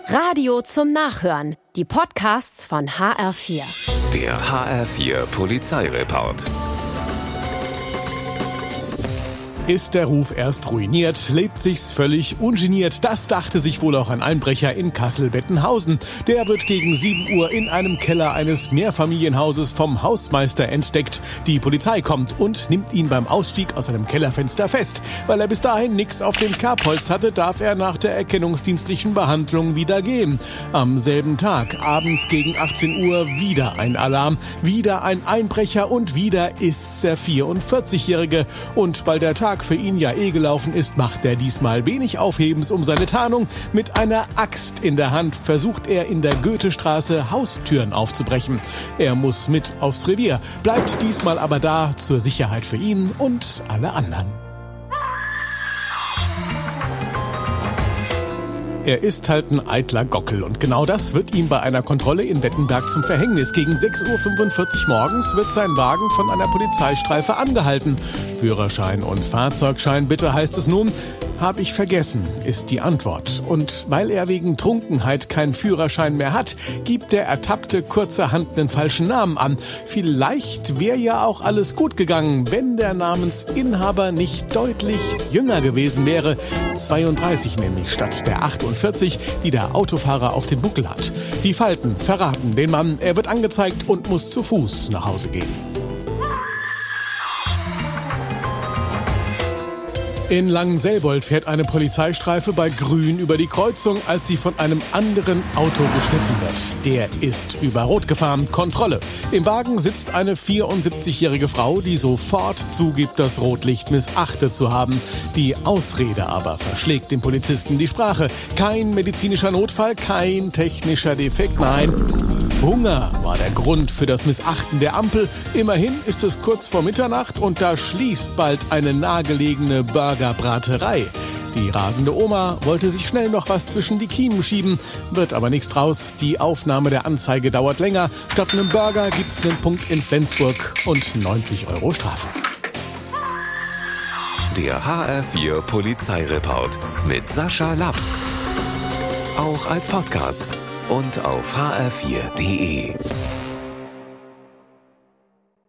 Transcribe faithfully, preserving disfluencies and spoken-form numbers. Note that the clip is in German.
Radio zum Nachhören. Die Podcasts von H R vier. Der H R vier Polizeireport. Ist der Ruf erst ruiniert, lebt sich's völlig ungeniert. Das dachte sich wohl auch ein Einbrecher in Kassel-Bettenhausen. Der wird gegen sieben Uhr in einem Keller eines Mehrfamilienhauses vom Hausmeister entdeckt. Die Polizei kommt und nimmt ihn beim Ausstieg aus einem Kellerfenster fest. Weil er bis dahin nichts auf dem Kerbholz hatte, darf er nach der erkennungsdienstlichen Behandlung wieder gehen. Am selben Tag, abends gegen achtzehn Uhr, wieder ein Alarm, wieder ein Einbrecher und wieder ist's der vierundvierzigjährige. Und weil der Tag für ihn ja eh gelaufen ist, macht er diesmal wenig Aufhebens um seine Tarnung. Mit einer Axt in der Hand versucht er in der Goethestraße Haustüren aufzubrechen. Er muss mit aufs Revier, bleibt diesmal aber da zur Sicherheit für ihn und alle anderen. Er ist halt ein eitler Gockel und genau das wird ihm bei einer Kontrolle in Wettenberg zum Verhängnis. Gegen sechs Uhr fünfundvierzig morgens wird sein Wagen von einer Polizeistreife angehalten. Führerschein und Fahrzeugschein bitte, heißt es nun. Hab ich vergessen, ist die Antwort. Und weil er wegen Trunkenheit keinen Führerschein mehr hat, gibt der Ertappte kurzerhand einen falschen Namen an. Vielleicht wäre ja auch alles gut gegangen, wenn der Namensinhaber nicht deutlich jünger gewesen wäre. zweiunddreißig nämlich statt der achtundvierzig, die der Autofahrer auf dem Buckel hat. Die Falten verraten den Mann. Er wird angezeigt und muss zu Fuß nach Hause gehen. In Langenselbold fährt eine Polizeistreife bei Grün über die Kreuzung, als sie von einem anderen Auto geschnitten wird. Der ist über Rot gefahren. Kontrolle. Im Wagen sitzt eine vierundsiebzigjährige Frau, die sofort zugibt, das Rotlicht missachtet zu haben. Die Ausrede aber verschlägt dem Polizisten die Sprache. Kein medizinischer Notfall, kein technischer Defekt, nein. Hunger war der Grund für das Missachten der Ampel. Immerhin ist es kurz vor Mitternacht und da schließt bald eine nahegelegene Burgerbraterei. Die rasende Oma wollte sich schnell noch was zwischen die Kiemen schieben, wird aber nichts draus. Die Aufnahme der Anzeige dauert länger. Statt einem Burger gibt's einen Punkt in Flensburg und neunzig Euro Strafe. Der H R vier Polizeireport mit Sascha Lapp. Auch als Podcast und auf h r vier punkt d e.